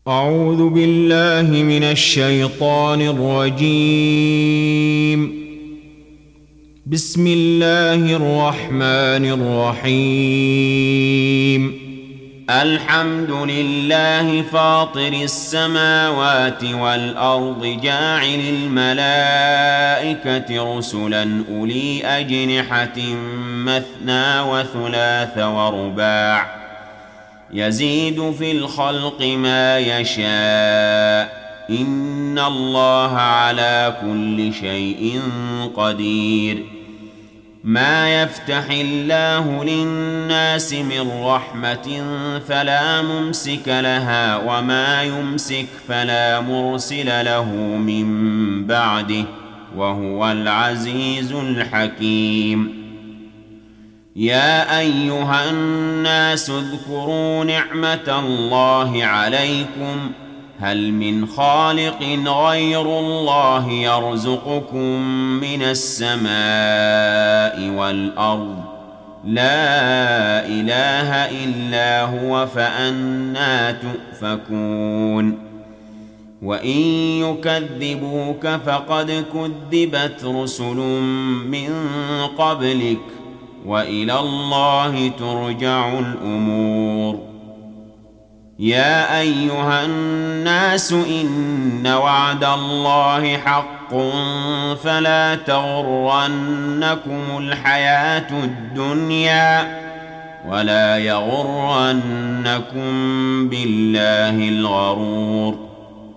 أعوذ بالله من الشيطان الرجيم. بسم الله الرحمن الرحيم. الحمد لله فاطر السماوات والأرض جاعل الملائكة رسلا أولي أجنحة مثنى وثلاث ورباع يزيد في الخلق ما يشاء إن الله على كل شيء قدير. ما يفتح الله للناس من رحمة فلا ممسك لها وما يمسك فلا مرسل له من بعده وهو العزيز الحكيم. يا أيها الناس اذكروا نعمة الله عليكم هل من خالق غير الله يرزقكم من السماء والأرض لا إله إلا هو فأنى تؤفكون. وإن يكذبوك فقد كذبت رسل من قبلك وإلى الله ترجع الأمور. يا أيها الناس إن وعد الله حق فلا تغرنكم الحياة الدنيا ولا يغرنكم بالله الغرور.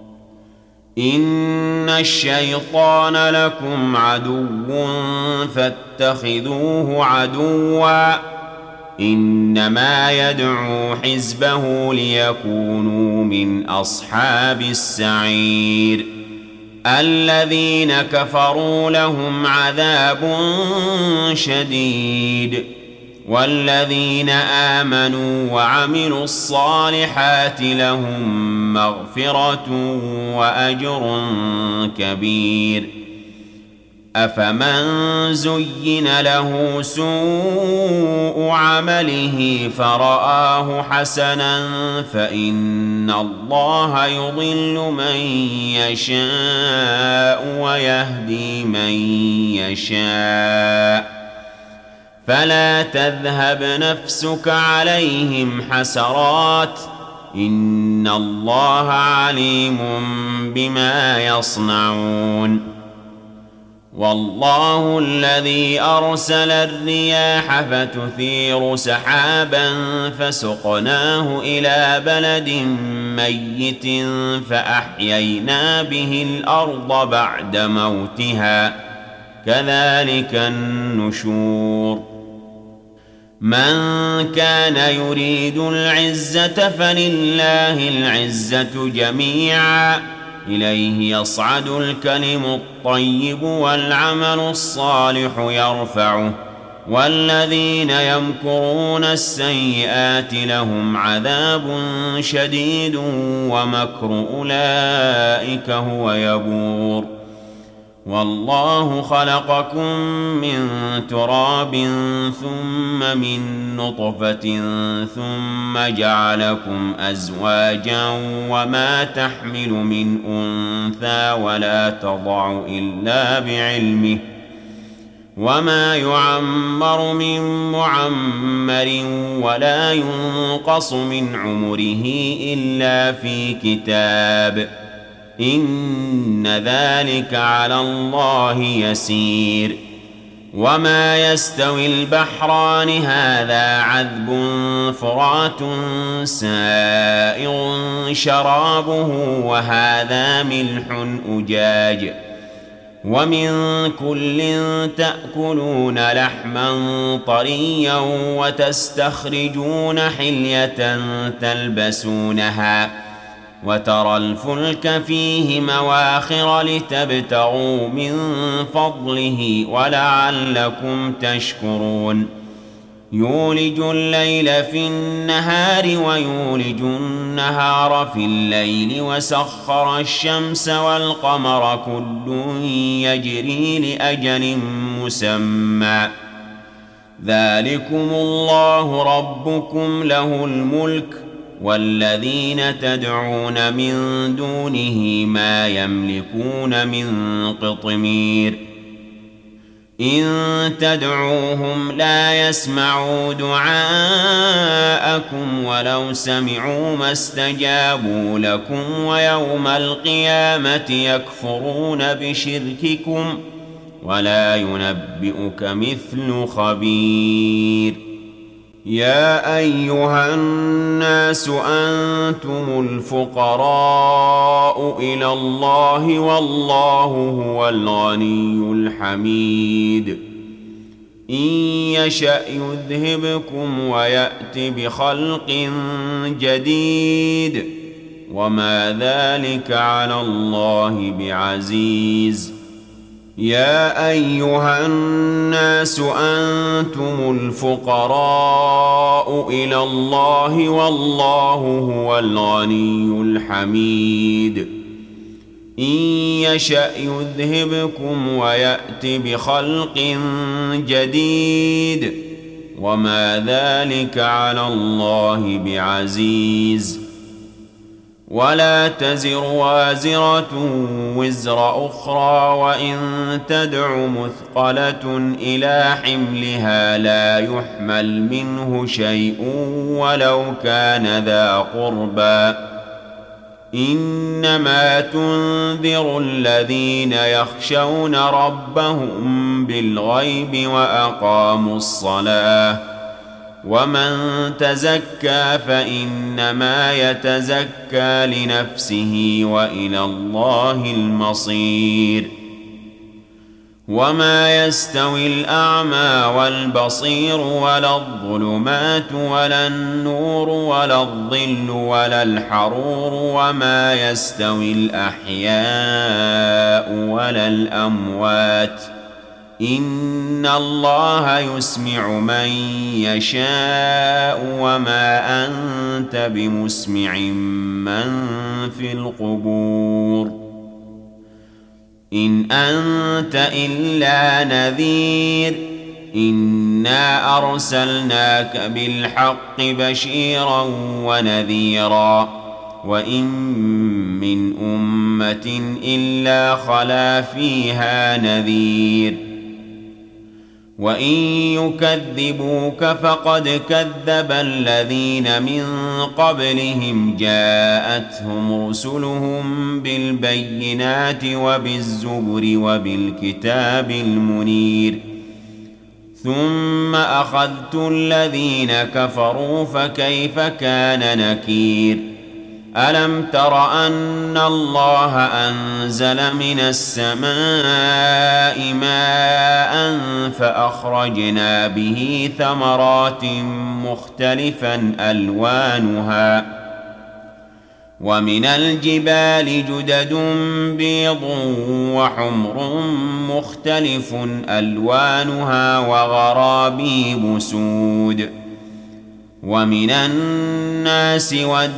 إن الشيطان لكم عدو فاتخذوه عدوا إنما يدعو حزبه ليكونوا من أصحاب السعير. الذين كفروا لهم عذاب شديد والذين آمنوا وعملوا الصالحات لهم مغفرة وأجر كبير. أفمن زين له سوء عمله فرآه حسنا فإن الله يضل من يشاء ويهدي من يشاء فلا تذهب نفسك عليهم حسرات إن الله عليم بما يصنعون. والله الذي أرسل الرياح فتثير سحابا فسقناه إلى بلد ميت فأحيينا به الأرض بعد موتها كذلك النشور. من كان يريد العزة فلله العزة جميعا إليه يصعد الكلم الطيب والعمل الصالح يرفعه والذين يمكرون السيئات لهم عذاب شديد ومكر أولئك هو يبور. والله خلقكم من تراب ثم من نطفة ثم جعلكم أزواجا وما تحمل من أنثى ولا تضع إلا بعلمه وما يعمر من معمر ولا ينقص من عمره إلا في كتاب إن ذلك على الله يسير. وما يستوي البحران هذا عذب فرات سائغ شرابه وهذا ملح أجاج ومن كل تأكلون لحما طريا وتستخرجون حلية تلبسونها وترى الفلك فيه مواخر لتبتغوا من فضله ولعلكم تشكرون. يولج الليل في النهار ويولج النهار في الليل وسخر الشمس والقمر كل يجري لأجل مسمى ذلكم الله ربكم له الملك والذين تدعون من دونه ما يملكون من قطمير إن تدعوهم لا يسمعوا دعاءكم ولو سمعوا ما استجابوا لكم ويوم القيامة يكفرون بشرككم ولا ينبئك مثل خبير يا أيها الناس أنتم الفقراء إلى الله والله هو الغني الحميد إن يشأ يذهبكم ويأت بخلق جديد وما ذلك على الله بعزيز يا أيها الناس أنتم الفقراء إلى الله والله هو الغني الحميد إن يشأ يذهبكم ويأت بخلق جديد وما ذلك على الله بعزيز ولا تزر وازرة وزر أخرى وإن تدع مثقلة إلى حملها لا يحمل منه شيء ولو كان ذا قربى إنما تنذر الذين يخشون ربهم بالغيب وأقاموا الصلاة ومن تزكى فإنما يتزكى لنفسه وإلى الله المصير وما يستوي الأعمى والبصير ولا الظلمات ولا النور ولا الظل ولا الحرور وما يستوي الأحياء ولا الأموات إن الله يسمع من يشاء وما أنت بمسمع من في القبور إن أنت إلا نذير إنا أرسلناك بالحق بشيرا ونذيرا وإن من أمة إلا خلا فيها نذير وإن يكذبوك فقد كذب الذين من قبلهم جاءتهم رسلهم بالبينات وبالزبر وبالكتاب المنير ثم أخذت الذين كفروا فكيف كان نكير ألم تر أن الله أنزل من السماء ماء فأخرجنا به ثمرات مختلفا ألوانها ومن الجبال جدد بيض وحمر مختلف ألوانها وغرابيب سود ومن الناس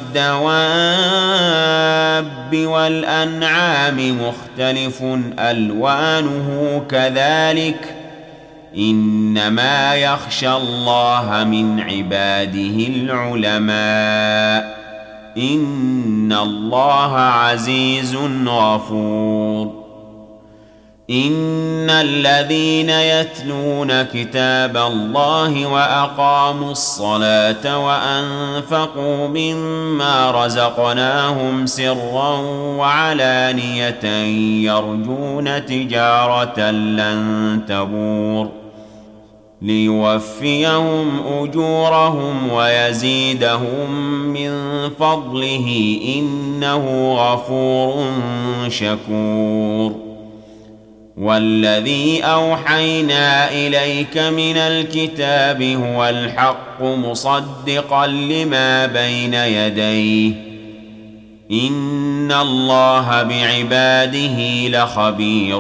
والدواب والأنعام مختلف ألوانه كذلك إنما يخشى الله من عباده العلماء إن الله عزيز غفور إن الذين يتلون كتاب الله وأقاموا الصلاة وأنفقوا مما رزقناهم سرا وعلانية يرجون تجارة لن تبور ليوفيهم أجورهم ويزيدهم من فضله إنه غفور شكور والذي أوحينا إليك من الكتاب هو الحق مصدقا لما بين يديه إن الله بعباده لخبير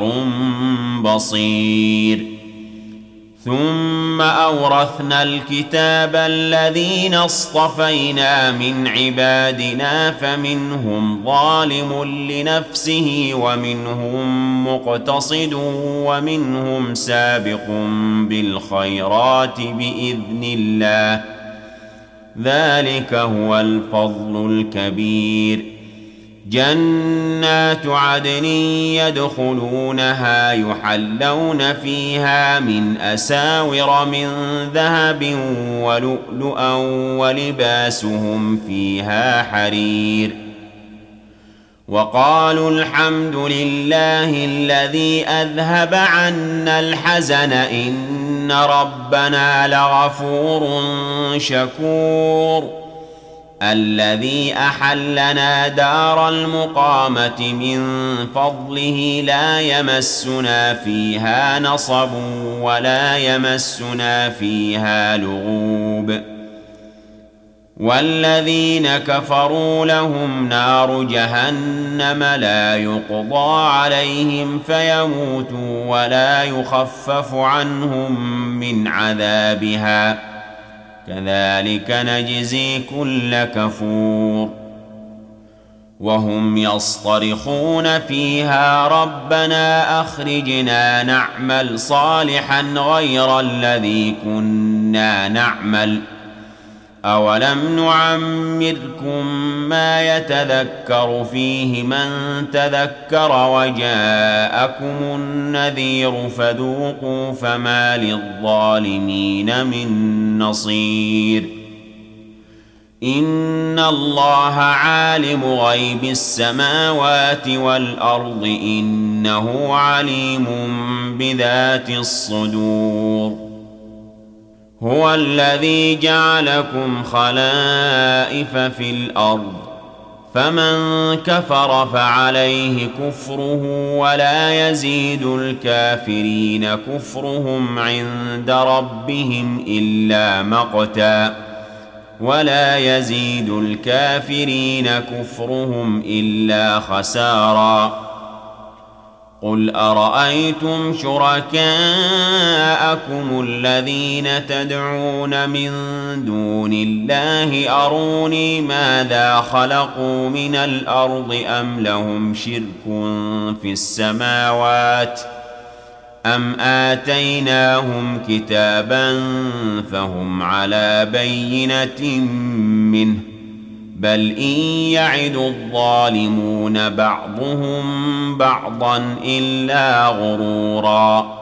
بصير ثم أورثنا الكتاب الذين اصطفينا من عبادنا فمنهم ظالم لنفسه ومنهم مقتصد ومنهم سابق بالخيرات بإذن الله ذلك هو الفضل الكبير. جنات عدن يدخلونها يحلون فيها من أساور من ذهب ولؤلؤا ولباسهم فيها حرير. وقالوا الحمد لله الذي أذهب عنا الحزن إن ربنا لغفور شكور. الذي أحلنا دار المقامة من فضله لا يمسنا فيها نصب ولا يمسنا فيها لغوب. والذين كفروا لهم نار جهنم لا يقضى عليهم فيموتوا ولا يخفف عنهم من عذابها كذلك نجزي كل كفور. وهم يصطرخون فيها ربنا أخرجنا نعمل صالحا غير الذي كنا نعمل أولم نعمركم ما يتذكر فيه من تذكر وجاءكم النذير فذوقوا فما للظالمين من نصير. إن الله عالم غيب السماوات والأرض إنه عليم بذات الصدور. هو الذي جعلكم خلائف في الأرض فمن كفر فعليه كفره ولا يزيد الكافرين كفرهم عند ربهم إلا مقتا ولا يزيد الكافرين كفرهم إلا خسارا. قل أرأيتم شركاءكم الذين تدعون من دون الله أروني ماذا خلقوا من الأرض أم لهم شرك في السماوات أم آتيناهم كتابا فهم على بينة منه بل إن يعد الظالمون بعضهم بعضا إلا غرورا.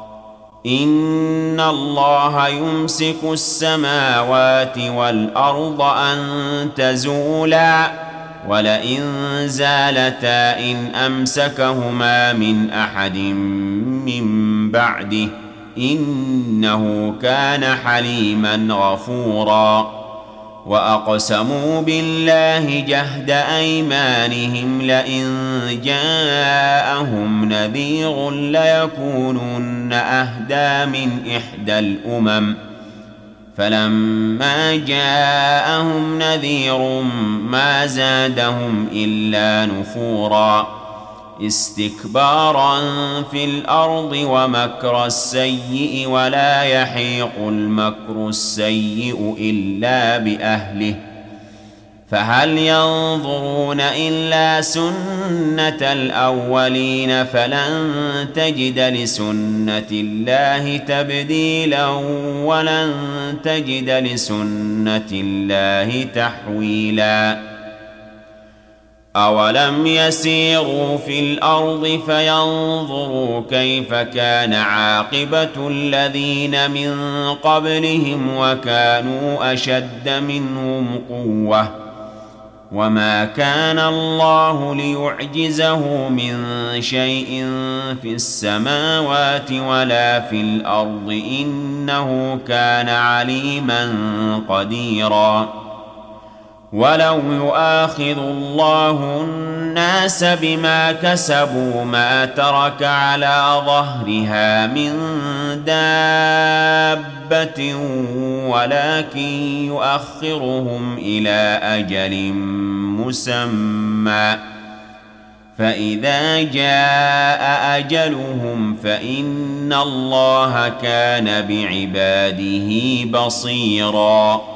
إن الله يمسك السماوات والأرض أن تزولا ولئن زالتا إن أمسكهما من أحد من بعده إنه كان حليما غفورا. وأقسموا بالله جهد أيمانهم لئن جاءهم نذير ليكونن أهدى من إحدى الأمم فلما جاءهم نذير ما زادهم إلا نفورا استكبارا في الأرض ومكر السيء ولا يحيق المكر السيء إلا بأهله فهل ينظرون إلا سنة الأولين فلن تجد لسنة الله تبديلا ولن تجد لسنة الله تحويلا. أولم يسيروا في الأرض فينظروا كيف كان عاقبة الذين من قبلهم وكانوا أشد منهم قوة وما كان الله ليعجزه من شيء في السماوات ولا في الأرض إنه كان عليما قديرا. ولو يؤاخذ الله الناس بما كسبوا ما ترك على ظهرها من دابة ولكن يؤخرهم إلى أجل مسمى فإذا جاء أجلهم فإن الله كان بعباده بصيراً.